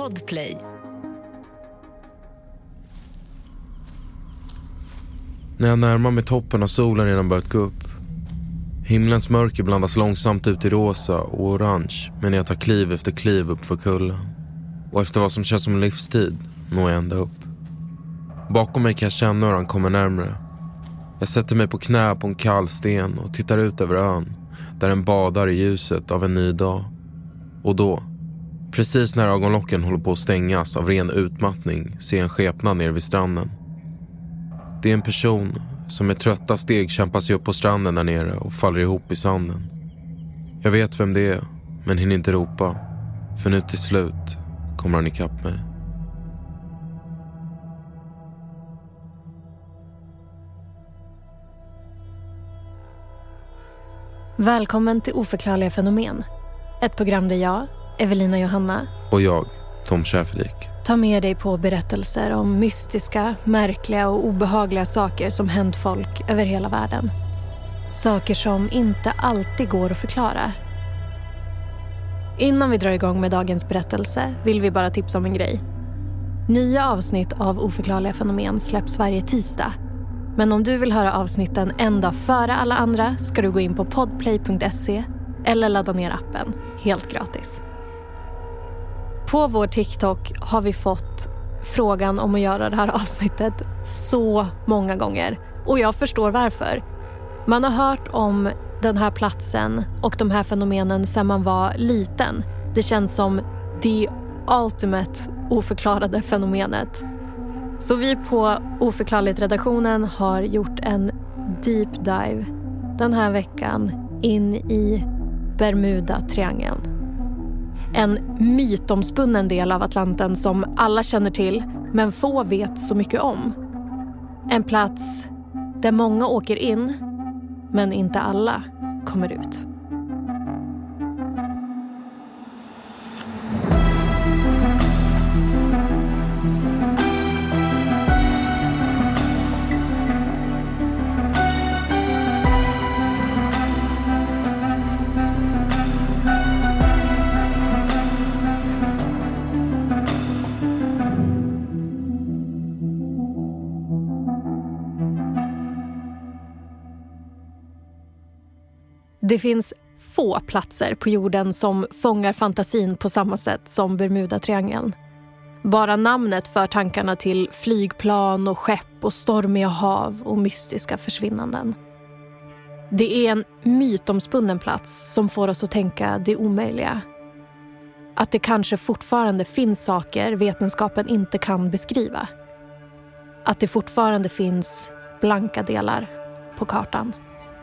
Podplay. När jag närmar mig toppen av solen redan börjat gå upp. Himlens mörker blandas långsamt ut i rosa och orange, men jag tar kliv efter kliv upp för kullen. Och efter vad som känns som en livstid når jag ända upp. Bakom mig kan jag känna hur han kommer närmare. Jag sätter mig på knä på en kall sten och tittar ut över ön, där den badar i ljuset av en ny dag. Och då, precis när ögonlocken håller på att stängas av ren utmattning, ser jag en skepnad nere vid stranden. Det är en person som med trötta steg kämpar sig upp på stranden där nere och faller ihop i sanden. Jag vet vem det är, men hinner inte ropa, för nu till slut kommer han ikapp mig. Välkommen till Oförklarliga fenomen. Ett program där jag, Evelina Johanna Och jag, Tom Schäferlik, tar med dig på berättelser om mystiska, märkliga och obehagliga saker som hänt folk över hela världen. Saker som inte alltid går att förklara. Innan vi drar igång med dagens berättelse vill vi bara tipsa om en grej. Nya avsnitt av Oförklarliga fenomen släpps varje tisdag. Men om du vill höra avsnitten en dag före alla andra ska du gå in på podplay.se eller ladda ner appen, helt gratis. På vår TikTok har vi fått frågan om att göra det här avsnittet så många gånger. Och jag förstår varför. Man har hört om den här platsen och de här fenomenen sedan man var liten. Det känns som the ultimate oförklarade fenomenet. Så vi på Oförklarligt-redaktionen har gjort en deep dive den här veckan in i Bermuda-triangeln. En mytomspunnen del av Atlanten som alla känner till men få vet så mycket om. En plats där många åker in men inte alla kommer ut. Det finns få platser på jorden som fångar fantasin på samma sätt som Bermuda-triangeln. Bara namnet för tankarna till flygplan och skepp och stormiga hav och mystiska försvinnanden. Det är en mytomspunnen plats som får oss att tänka det omöjliga. Att det kanske fortfarande finns saker vetenskapen inte kan beskriva. Att det fortfarande finns blanka delar på kartan.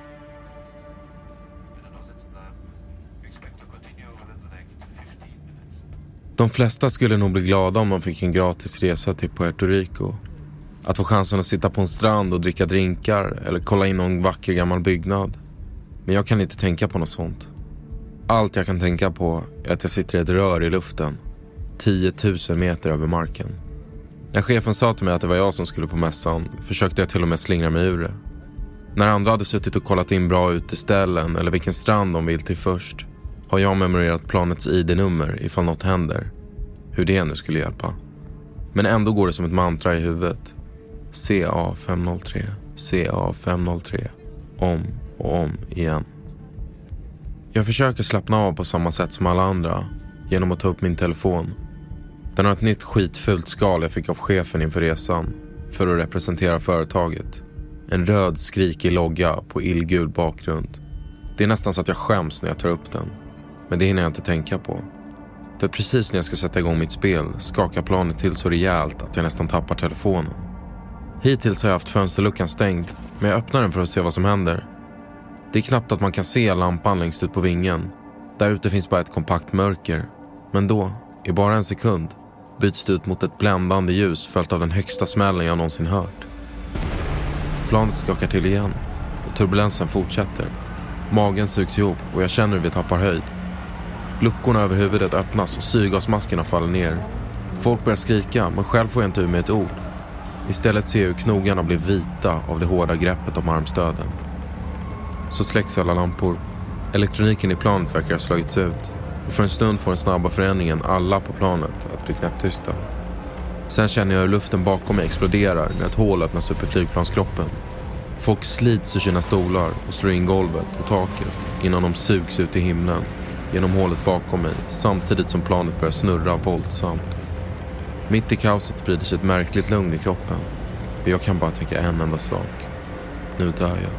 De flesta skulle nog bli glada om man fick en gratis resa till Puerto Rico. Att få chansen att sitta på en strand och dricka drinkar eller kolla in någon vacker gammal byggnad. Men jag kan inte tänka på något sånt. Allt jag kan tänka på är att jag sitter i ett rör i luften, 10 000 meter över marken. När chefen sa till mig att det var jag som skulle på mässan försökte jag till och med slingra mig ur det. När andra hade suttit och kollat in bra uteställen eller vilken strand de vill till först, har jag memorerat planets ID-nummer ifall något händer. Hur det nu skulle hjälpa. Men ändå går det som ett mantra i huvudet. CA503, CA503. Om och om igen. Jag försöker slappna av på samma sätt som alla andra genom att ta upp min telefon. Den har ett nytt skitfullt skal jag fick av chefen inför resan för att representera företaget. En röd skrikig logga på illgul bakgrund. Det är nästan så att jag skäms när jag tar upp den. Men det hinner jag inte tänka på. För precis när jag ska sätta igång mitt spel skakar planet till så rejält att jag nästan tappar telefonen. Hittills har jag haft fönsterluckan stängd, men jag öppnar den för att se vad som händer. Det är knappt att man kan se lampan längst ut på vingen. Där ute finns bara ett kompakt mörker. Men då, i bara en sekund, byts det ut mot ett bländande ljus följt av den högsta smällen jag någonsin hört. Planet skakar till igen och turbulensen fortsätter. Magen sugs ihop och jag känner hur vi tappar höjd. Luckorna över huvudet öppnas och syrgasmaskerna faller ner. Folk börjar skrika, men själv får jag inte ur med ett ord. Istället ser jag hur knogarna blir vita av det hårda greppet om armstöden. Så släcks alla lampor. Elektroniken i planet verkar ha slagits ut. Och för en stund får den snabba förändringen alla på planet att bli knäpptysta. Sen känner jag hur luften bakom mig exploderar när ett hål öppnas upp i flygplanskroppen. Folk slits ur sina stolar och slår in golvet och taket innan de sugs ut i himlen genom hålet bakom mig samtidigt som planet börjar snurra våldsamt. Mitt i kaoset sprider sig ett märkligt lugn i kroppen. Och jag kan bara tänka en enda sak. Nu dör jag.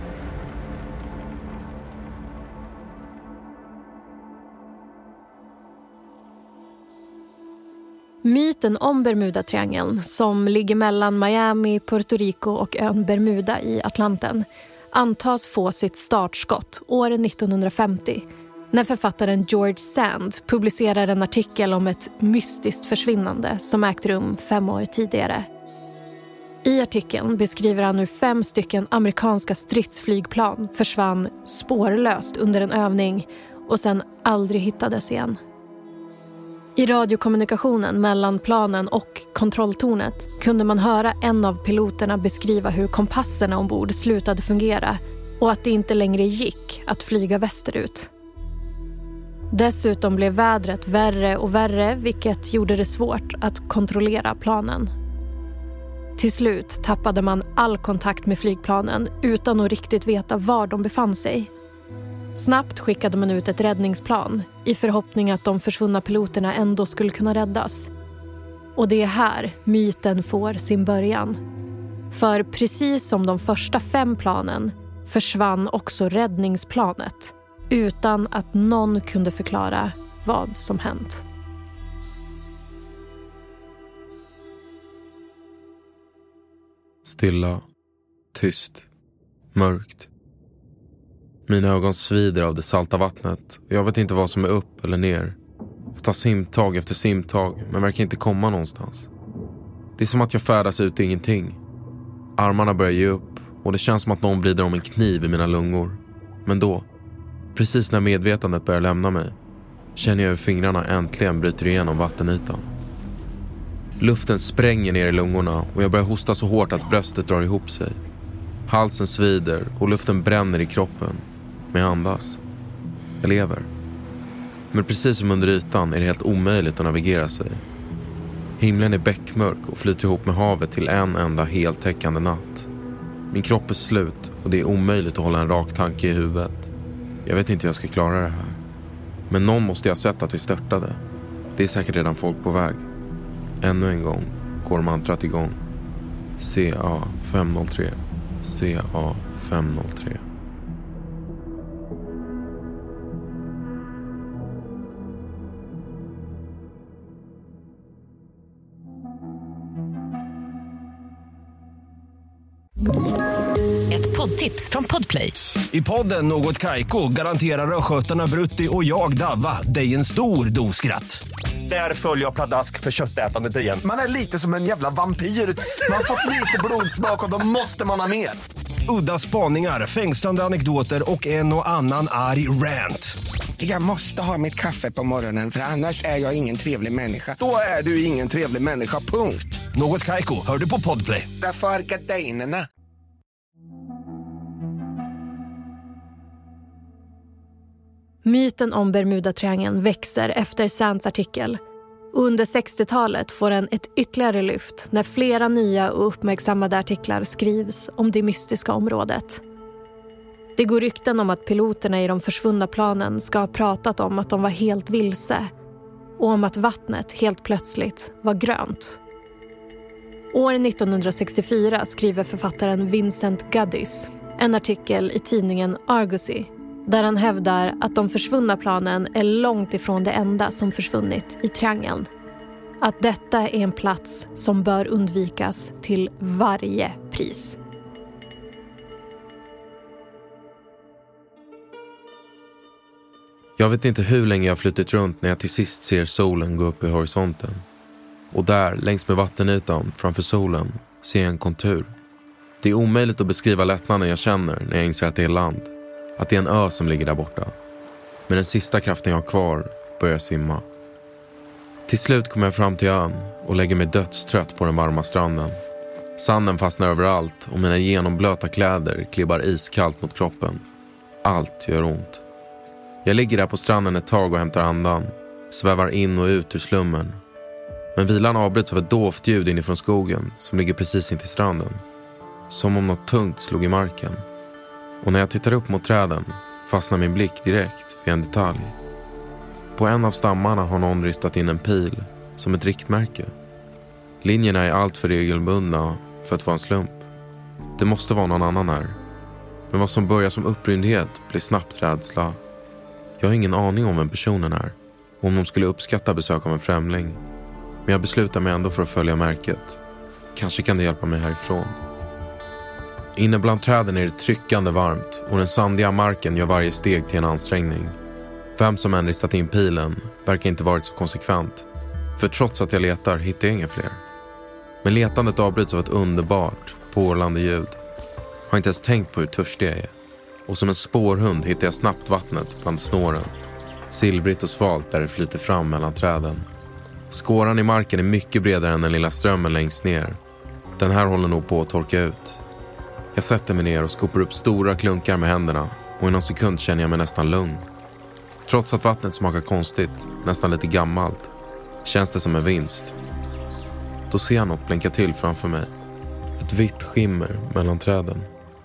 Myten om Bermuda-triangeln, som ligger mellan Miami, Puerto Rico och ön Bermuda i Atlanten, antas få sitt startskott år 1950 när författaren George Sand publicerar en artikel om ett mystiskt försvinnande som ägt rum 5 år tidigare. I artikeln beskriver han hur 5 stycken amerikanska stridsflygplan försvann spårlöst under en övning och sen aldrig hittades igen. I radiokommunikationen mellan planen och kontrolltornet kunde man höra en av piloterna beskriva hur kompasserna ombord slutade fungera och att det inte längre gick att flyga västerut. Dessutom blev vädret värre och värre, vilket gjorde det svårt att kontrollera planen. Till slut tappade man all kontakt med flygplanen utan att riktigt veta var de befann sig. Snabbt skickade man ut ett räddningsplan i förhoppning att de försvunna piloterna ändå skulle kunna räddas. Och det är här myten får sin början. För precis som de första 5 planen försvann också räddningsplanet utan att någon kunde förklara vad som hänt. Stilla, tyst, mörkt. Mina ögon svider av det salta vattnet och jag vet inte vad som är upp eller ner. Jag tar simtag efter simtag men verkar inte komma någonstans. Det är som att jag färdas ut i ingenting. Armarna börjar ge upp och det känns som att någon vrider om en kniv i mina lungor. Men då, precis när medvetandet börjar lämna mig, känner jag hur fingrarna äntligen bryter igenom vattenytan. Luften spränger ner i lungorna och jag börjar hosta så hårt att bröstet drar ihop sig. Halsen svider och luften bränner i kroppen. Men jag andas. Jag lever. Men precis som under ytan är det helt omöjligt att navigera sig. Himlen är bäckmörk och flyter ihop med havet till en enda heltäckande natt. Min kropp är slut och det är omöjligt att hålla en rak tanke i huvudet. Jag vet inte hur jag ska klara det här. Men någon måste jag ha sett att vi störtade. Det är säkert redan folk på väg. Ännu en gång går mantrat igång. CA503. CA503. Ett poddtips från Podplay. I podden Något Kaiko garanterar röskötarna Brutti och jag Davva dig en stor doskratt. Där följer jag pladask för köttätandet igen. Man är lite som en jävla vampyr. Man har fått lite blodsmak och då måste man ha mer. Udda spaningar, fängslande anekdoter och en och annan arg rant. Jag måste ha mitt kaffe på morgonen för annars är jag ingen trevlig människa. Då är du ingen trevlig människa, punkt. Något Kaiko, hör du på Podplay. Därför är gardinerna. Myten om Bermuda-triangeln växer efter Sands artikel. Under 60-talet får den ett ytterligare lyft när flera nya och uppmärksammade artiklar skrivs om det mystiska området. Det går rykten om att piloterna i de försvunna planen ska ha pratat om att de var helt vilse och om att vattnet helt plötsligt var grönt. År 1964 skriver författaren Vincent Gaddis en artikel i tidningen Argosy där han hävdar att de försvunna planen är långt ifrån det enda som försvunnit i triangeln. Att detta är en plats som bör undvikas till varje pris. Jag vet inte hur länge jag har flyttat runt när jag till sist ser solen gå upp i horisonten. Och där, längs med vattenytan framför solen, ser jag en kontur. Det är omöjligt att beskriva lättnaden jag känner när jag inser att det är land. Att det är en ö som ligger där borta. Men den sista kraften jag har kvar börjar simma. Till slut kommer jag fram till ön och lägger mig dödstrött på den varma stranden. Sanden fastnar överallt och mina genomblöta kläder klibbar iskallt mot kroppen. Allt gör ont. Jag ligger där på stranden ett tag och hämtar andan. Svävar in och ut ur slummen. Men vilan avbryts av ett dovt ljud inifrån skogen som ligger precis intill stranden. Som om något tungt slog i marken. Och när jag tittar upp mot träden fastnar min blick direkt vid en detalj. På en av stammarna har någon ristat in en pil som ett riktmärke. Linjerna är allt för regelbundna för att vara en slump. Det måste vara någon annan här. Men vad som börjar som upprymdhet blir snabbt rädsla. Jag har ingen aning om vem personen är. Och om de skulle uppskatta besök av en främling. Men jag beslutar mig ändå för att följa märket. Kanske kan det hjälpa mig härifrån. Inne bland träden är det tryckande varmt. Och den sandiga marken gör varje steg till en ansträngning. Vem som än ristat in pilen verkar inte varit så konsekvent. För trots att jag letar hittar jag inga fler. Men letandet avbryts av ett underbart, porlande ljud. Har inte ens tänkt på hur törstig jag är. Och som en spårhund hittar jag snabbt vattnet bland snåren. Silvrigt och svalt där det flyter fram mellan träden. Skåran i marken är mycket bredare än den lilla strömmen längst ner. Den här håller nog på att torka ut. Jag sätter mig ner och skopar upp stora klunkar med händerna. Och i någon sekund känner jag mig nästan lugn. Trots att vattnet smakar konstigt, nästan lite gammalt, känns det som en vinst. Då ser jag något blänka till framför mig. Ett vitt skimmer mellan träden.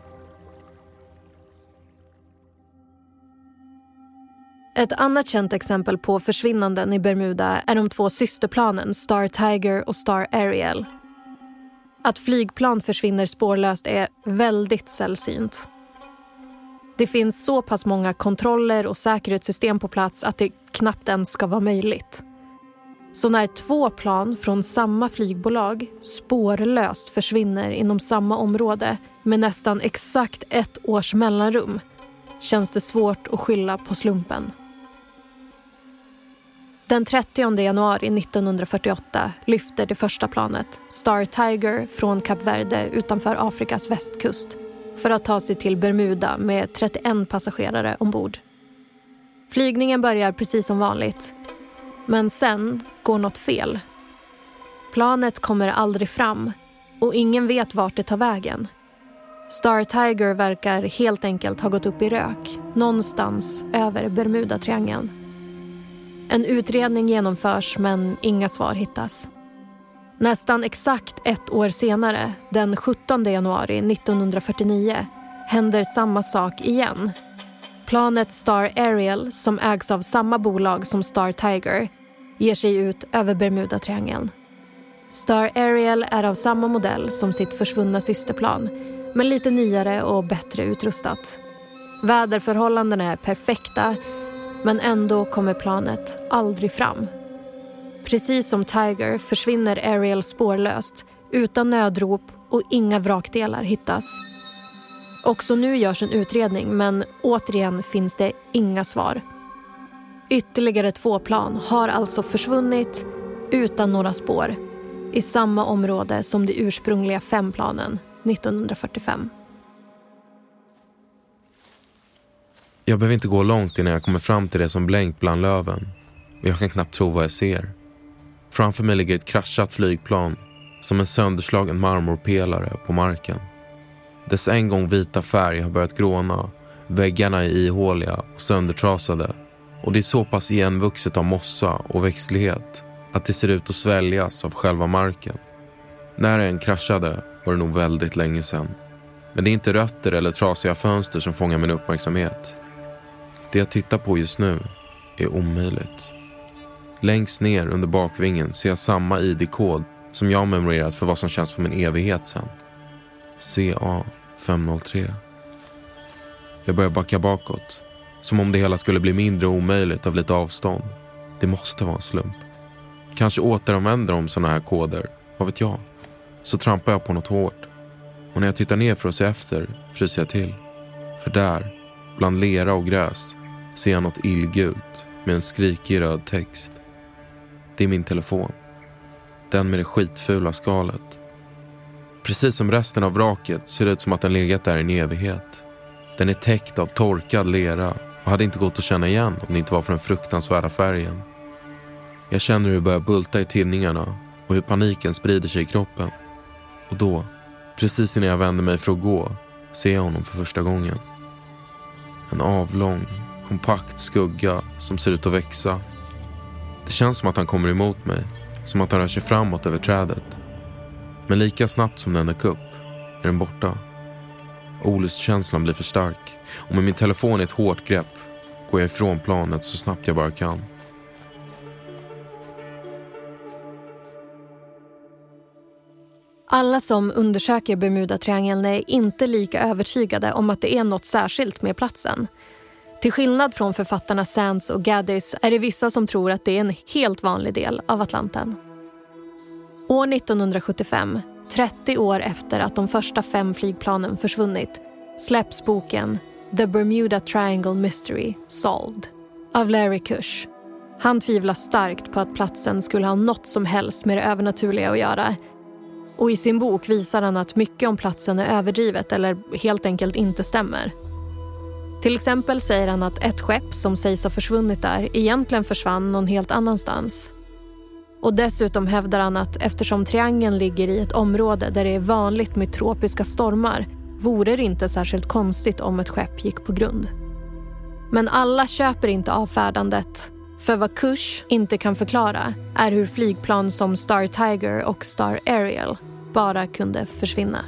Ett annat känt exempel på försvinnanden i Bermuda är de 2 systerplanen Star Tiger och Star Ariel. Att flygplan försvinner spårlöst är väldigt sällsynt. Det finns så pass många kontroller och säkerhetssystem på plats att det knappt ens ska vara möjligt. Så när 2 plan från samma flygbolag spårlöst försvinner inom samma område med nästan exakt 1 års mellanrum känns det svårt att skylla på slumpen. Den 30 januari 1948 lyfter det första planet, Star Tiger, från Kap Verde utanför Afrikas västkust för att ta sig till Bermuda med 31 passagerare ombord. Flygningen börjar precis som vanligt, men sen går något fel. Planet kommer aldrig fram och ingen vet vart det tar vägen. Star Tiger verkar helt enkelt ha gått upp i rök någonstans över Bermuda-triangeln. En utredning genomförs men inga svar hittas. Nästan exakt 1 år senare, den 17 januari 1949, händer samma sak igen. Planet Star Ariel, som ägs av samma bolag som Star Tiger, ger sig ut över Bermuda-triangeln. Star Ariel är av samma modell som sitt försvunna systerplan, men lite nyare och bättre utrustat. Väderförhållandena är perfekta, men ändå kommer planet aldrig fram. Precis som Tiger försvinner Ariel spårlöst, utan nödrop och inga vrakdelar hittas. Också nu görs en utredning, men återigen finns det inga svar. Ytterligare 2 plan har alltså försvunnit utan några spår i samma område som de ursprungliga 5 planen 1945. Jag behöver inte gå långt innan jag kommer fram till det som blänkt bland löven. Och jag kan knappt tro vad jag ser. Framför mig ligger ett kraschat flygplan som en sönderslagen marmorpelare på marken. Dess en gång vita färg har börjat gråna. Väggarna är ihåliga och söndertrasade. Och det är så pass igenvuxet av mossa och växtlighet att det ser ut att sväljas av själva marken. När den kraschade var det nog väldigt länge sedan. Men det är inte rötter eller trasiga fönster som fångar min uppmärksamhet. Det jag tittar på just nu är omöjligt. Längst ner under bakvingen ser jag samma ID-kod som jag memorerat för vad som känns som en evighet sedan. CA503. Jag börjar backa bakåt. Som om det hela skulle bli mindre omöjligt av lite avstånd. Det måste vara en slump. Kanske återanvänder de såna här koder. Vad vet jag? Så trampar jag på något hårt. Och när jag tittar ner för att se efter fryser jag till. För där, bland lera och gräs, ser jag något illgult med en skrikig röd text. Det är min telefon. Den med det skitfula skalet. Precis som resten av vraket ser det ut som att den legat där i en evighet. Den är täckt av torkad lera och hade inte gått att känna igen om det inte var för den fruktansvärda färgen. Jag känner hur det börjar bulta i tinningarna och hur paniken sprider sig i kroppen. Och då, precis innan jag vänder mig för att gå, ser jag honom för första gången. En avlång, kompakt skugga som ser ut att växa. Det känns som att han kommer emot mig, som att han rör sig framåt över trädet. Men lika snabbt som den dök upp är den borta. Olustkänslan blir för stark och med min telefon i ett hårt grepp går jag ifrån planet så snabbt jag bara kan. Alla som undersöker Bermudatriangeln är inte lika övertygade om att det är något särskilt med platsen. Till skillnad från författarna Sands och Gaddis är det vissa som tror att det är en helt vanlig del av Atlanten. År 1975, 30 år efter att de första 5 flygplanen försvunnit, släpps boken The Bermuda Triangle Mystery Solved av Larry Kush. Han tvivlar starkt på att platsen skulle ha något som helst med det övernaturliga att göra. Och i sin bok visar han att mycket om platsen är överdrivet eller helt enkelt inte stämmer. Till exempel säger han att ett skepp som sägs ha försvunnit där egentligen försvann någon helt annanstans. Och dessutom hävdar han att eftersom triangeln ligger i ett område där det är vanligt med tropiska stormar vore det inte särskilt konstigt om ett skepp gick på grund. Men alla köper inte avfärdandet. För vad Kush inte kan förklara är hur flygplan som Star Tiger och Star Ariel bara kunde försvinna.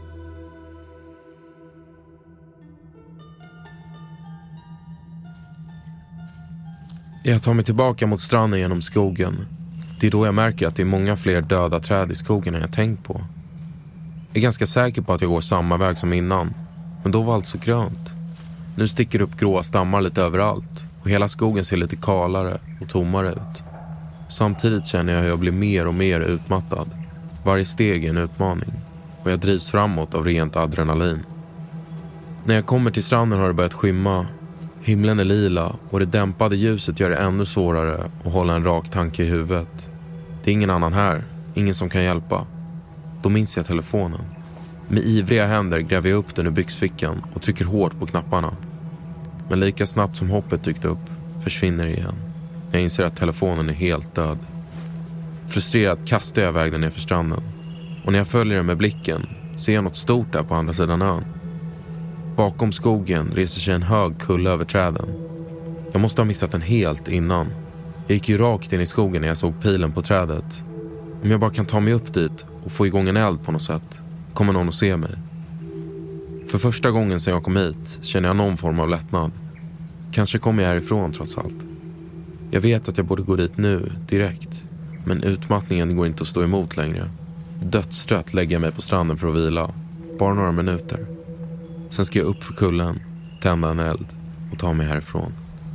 Jag tar mig tillbaka mot stranden genom skogen. Det är då jag märker att det är många fler döda träd i skogen än jag tänkt på. Jag är ganska säker på att jag går samma väg som innan. Men då var allt så grönt. Nu sticker det upp gråa stammar lite överallt. Och hela skogen ser lite kalare och tommare ut. Samtidigt känner jag hur jag blir mer och mer utmattad. Varje steg är en utmaning. Och jag drivs framåt av rent adrenalin. När jag kommer till stranden har det börjat skymma. Himlen är lila och det dämpade ljuset gör det ännu svårare att hålla en rak tanke i huvudet. Det är ingen annan här. Ingen som kan hjälpa. Då minns jag telefonen. Med ivriga händer gräver jag upp den ur byxfickan och trycker hårt på knapparna. Men lika snabbt som hoppet dykt upp försvinner det igen. Jag inser att telefonen är helt död. Frustrerad kastar jag iväg den ner för stranden. Och när jag följer den med blicken ser jag något stort där på andra sidan ön. Bakom skogen reser sig en hög kulle över träden. Jag måste ha missat den helt innan. Jag gick ju rakt in i skogen när jag såg pilen på trädet. Om jag bara kan ta mig upp dit och få igång en eld på något sätt kommer någon att se mig. För första gången sedan jag kom hit känner jag någon form av lättnad. Kanske kommer jag härifrån trots allt. Jag vet att jag borde gå dit nu, direkt. Men utmattningen går inte att stå emot längre. Dödstrött lägger jag mig på stranden för att vila. Bara några minuter. Sen ska jag upp för kullen, tända en eld och ta mig härifrån.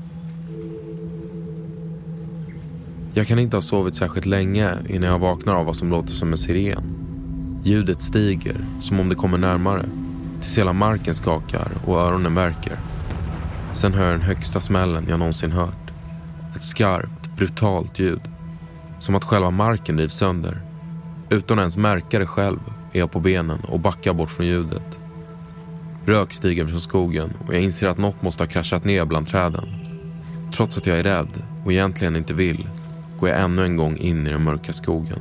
Jag kan inte ha sovit särskilt länge innan jag vaknar av vad som låter som en siren. Ljudet stiger, som om det kommer närmare. Tills hela marken skakar och öronen värker. Sen hör jag den högsta smällen jag någonsin hört. Ett skarpt, brutalt ljud. Som att själva marken rivs sönder. Utan ens märka det själv är jag på benen och backar bort från ljudet. Rök stiger från skogen och jag inser att något måste ha kraschat ner bland träden. Trots att jag är rädd och egentligen inte vill går jag ännu en gång in i den mörka skogen.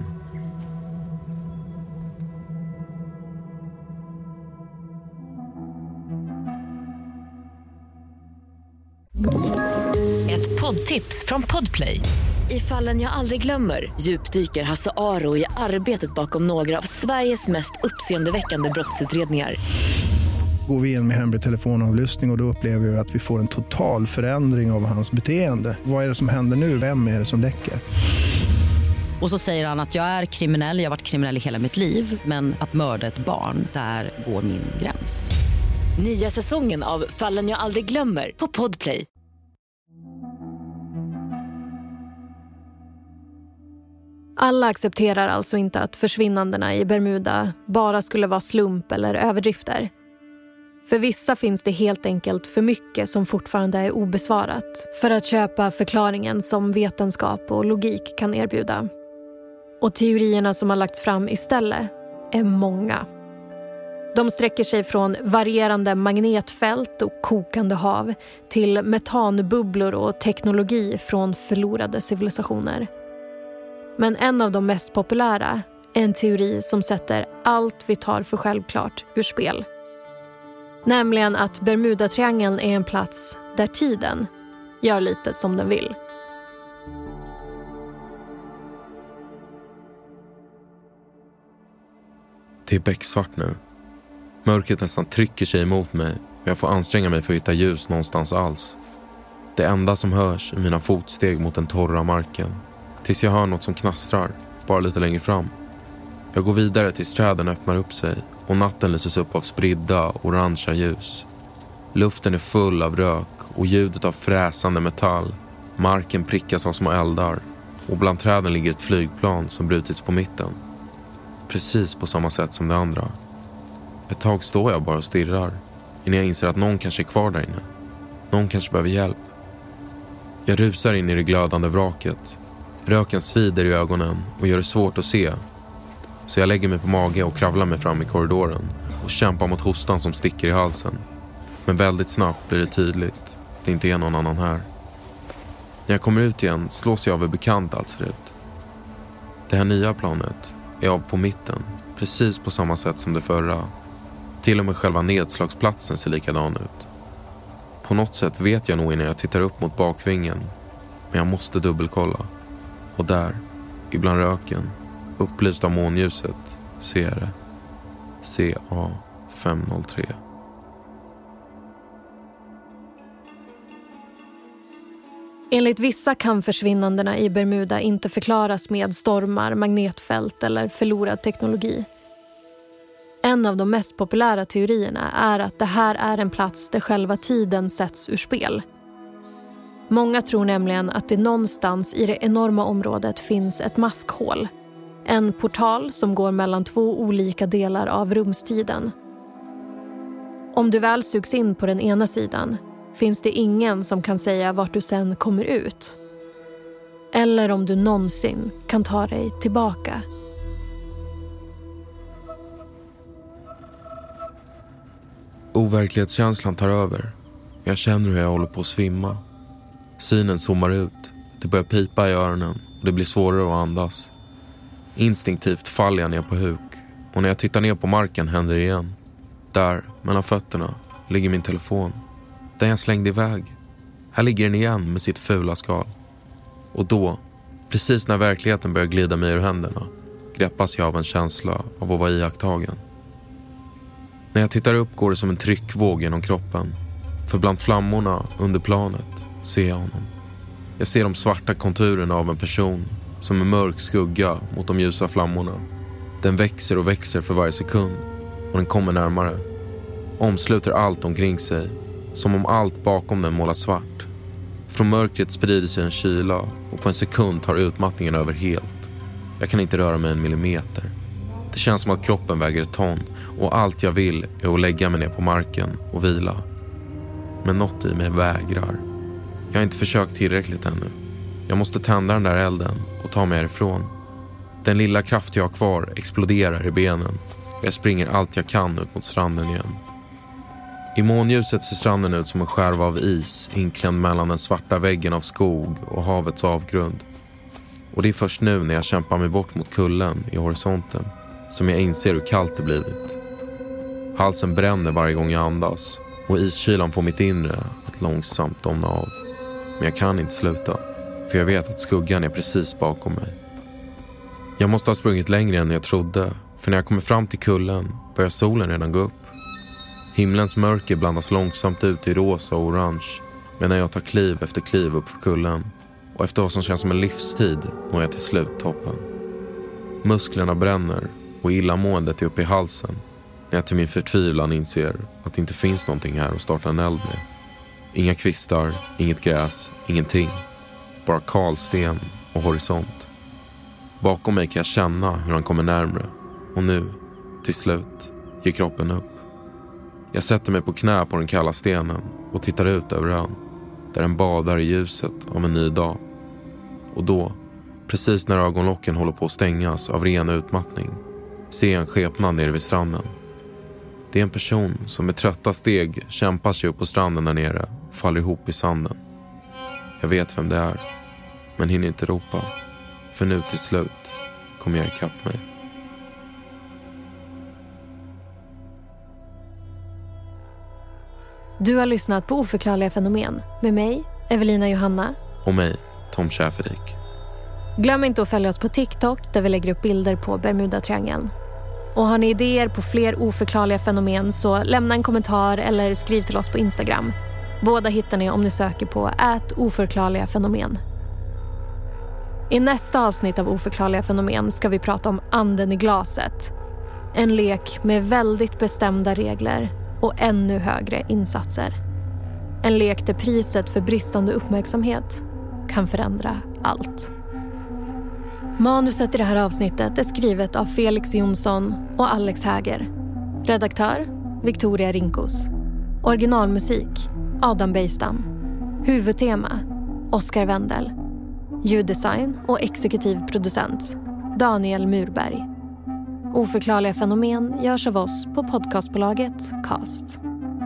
Ett poddtips från Podplay. I Fallen jag aldrig glömmer djupdyker Hasse Aro i arbetet bakom några av Sveriges mest uppseendeväckande brottsutredningar. Går vi in med hemlig telefonavlyssning och då upplever vi att vi får en total förändring av hans beteende. Vad är det som händer nu? Vem är det som läcker? Och så säger han att jag är kriminell, jag har varit kriminell i hela mitt liv. Men att mörda ett barn, där går min gräns. Nya säsongen av Fallen jag aldrig glömmer på Podplay. Alla accepterar alltså inte att försvinnandena i Bermuda bara skulle vara slump eller överdrifter. För vissa finns det helt enkelt för mycket som fortfarande är obesvarat för att köpa förklaringen som vetenskap och logik kan erbjuda. Och teorierna som har lagts fram istället är många. De sträcker sig från varierande magnetfält och kokande hav till metanbubblor och teknologi från förlorade civilisationer. Men en av de mest populära är en teori som sätter allt vi tar för självklart ur spel. Nämligen att Bermudatriangeln är en plats där tiden gör lite som den vill. Det är becksvart nu. Mörkret nästan trycker sig emot mig och jag får anstränga mig för att hitta ljus någonstans alls. Det enda som hörs är mina fotsteg mot den torra marken. Tills jag hör något som knastrar, bara lite längre fram. Jag går vidare tills träden öppnar upp sig och natten lyses upp av spridda, orangea ljus. Luften är full av rök och ljudet av fräsande metall. Marken prickas av små eldar och bland träden ligger ett flygplan som brutits på mitten. Precis på samma sätt som det andra. Ett tag står jag bara och stirrar innan jag inser att någon kanske är kvar där inne. Någon kanske behöver hjälp. Jag rusar in i det glödande vraket. Röken svider i ögonen och gör det svårt att se. Så jag lägger mig på mage och kravlar mig fram i korridoren och kämpar mot hostan som sticker i halsen. Men väldigt snabbt blir det tydligt. Det inte är någon annan här. När jag kommer ut igen slås jag av hur bekant allt ser ut. Det här nya planet är av på mitten, precis på samma sätt som det förra. Till och med själva nedslagsplatsen ser likadan ut. På något sätt vet jag nog innan jag tittar upp mot bakvingen. Men jag måste dubbelkolla. Och där, ibland röken, upplyst av månljuset, ser jag det. CA503. Enligt vissa kan försvinnandena i Bermuda inte förklaras med stormar, magnetfält eller förlorad teknologi. En av de mest populära teorierna är att det här är en plats där själva tiden sätts ur spel. Många tror nämligen att det någonstans i det enorma området finns ett maskhål. En portal som går mellan två olika delar av rumstiden. Om du väl sugs in på den ena sidan finns det ingen som kan säga vart du sen kommer ut. Eller om du någonsin kan ta dig tillbaka. Overklighetskänslan tar över. Jag känner hur jag håller på att svimma. Synen zoomar ut. Det börjar pipa i öronen och det blir svårare att andas. Instinktivt faller jag ner på huk. Och när jag tittar ner på marken händer det igen. Där, mellan fötterna, ligger min telefon. Den jag slängde iväg. Här ligger den igen med sitt fula skal. Och då, precis när verkligheten börjar glida mig ur händerna, greppas jag av en känsla av att vara iakttagen. När jag tittar upp går det som en tryckvåg genom kroppen. För bland flammorna under planet ser jag honom. Jag ser de svarta konturerna av en person som en mörk skugga mot de ljusa flammorna. Den växer och växer för varje sekund och den kommer närmare. Omsluter allt omkring sig, som om allt bakom den målas svart. Från mörkret sprider sig en kyla och på en sekund tar utmattningen över helt. Jag kan inte röra mig en millimeter. Det känns som att kroppen väger ett ton och allt jag vill är att lägga mig ner på marken och vila. Men något i mig vägrar. Jag har inte försökt tillräckligt ännu. Jag måste tända den där elden och ta mig härifrån. Den lilla kraft jag har kvar exploderar i benen och jag springer allt jag kan ut mot stranden igen. I månljuset ser stranden ut som en skärva av is inklämd mellan den svarta väggen av skog och havets avgrund. Och det är först nu när jag kämpar mig bort mot kullen i horisonten som jag inser hur kallt det blivit. Halsen bränner varje gång jag andas och iskylan får mitt inre att långsamt domna av. Men jag kan inte sluta, för jag vet att skuggan är precis bakom mig. Jag måste ha sprungit längre än jag trodde, för när jag kommer fram till kullen börjar solen redan gå upp. Himlens mörker blandas långsamt ut i rosa och orange medan jag tar kliv efter kliv upp för kullen. Och efter vad som känns som en livstid når jag till slut toppen. Musklerna bränner och illamåendet är uppe i halsen när jag till min förtvivlan inser att det inte finns någonting här att starta en eld med. Inga kvistar, inget gräs, ingenting. Bara kalsten och horisont. Bakom mig kan jag känna hur han kommer närmare. Och nu, till slut, ger kroppen upp. Jag sätter mig på knä på den kalla stenen och tittar ut över ön. Där den badar i ljuset av en ny dag. Och då, precis när ögonlocken håller på att stängas av ren utmattning, ser jag en skepnad nere vid stranden. Det är en person som med trötta steg kämpar sig upp på stranden där nere och faller ihop i sanden. Jag vet vem det är, men hinner inte ropa. För nu till slut kommer jag ikapp mig. Du har lyssnat på Oförklarliga fenomen med mig, Evelina Johanna. Och mig, Tom Schäferik. Glöm inte att följa oss på TikTok där vi lägger upp bilder på Bermuda-triangeln. Och har ni idéer på fler oförklarliga fenomen så lämna en kommentar eller skriv till oss på Instagram. Båda hittar ni om ni söker på @oförklarliga fenomen. I nästa avsnitt av Oförklarliga fenomen ska vi prata om anden i glaset. En lek med väldigt bestämda regler och ännu högre insatser. En lek där priset för bristande uppmärksamhet kan förändra allt. Manuset i det här avsnittet är skrivet av Felix Jonsson och Alex Häger. Redaktör Victoria Rinkos. Originalmusik Adam Bejstam. Huvudtema Oscar Wendel. Ljuddesign och exekutiv producent Daniel Murberg. Oförklarliga fenomen görs av oss på podcastbolaget Cast.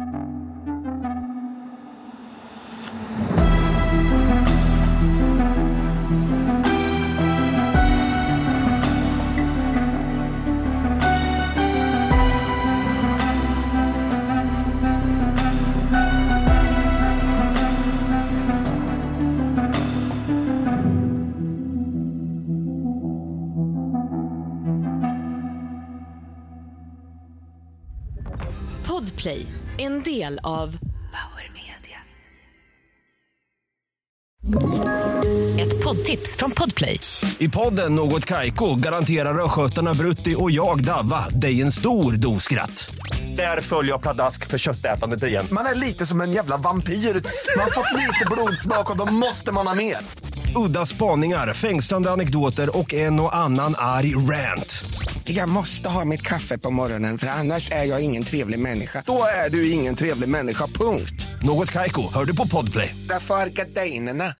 Podplay, en del av Power Media. Ett poddtips från Podplay. I podden Något Kaiko garanterar röskötarna Brutti och jag Davva dig en stor doskratt. Där följer jag pladask för köttätandet igen. Man är lite som en jävla vampyr. Man har fått lite blodsmak och då måste man ha mer. Udda spaningar, fängslande anekdoter och en och annan arg rant. Jag måste ha mitt kaffe på morgonen för annars är jag ingen trevlig människa. Då är du ingen trevlig människa, punkt. Något Kaiko, hör du på Podplay. Därför är gardinerna.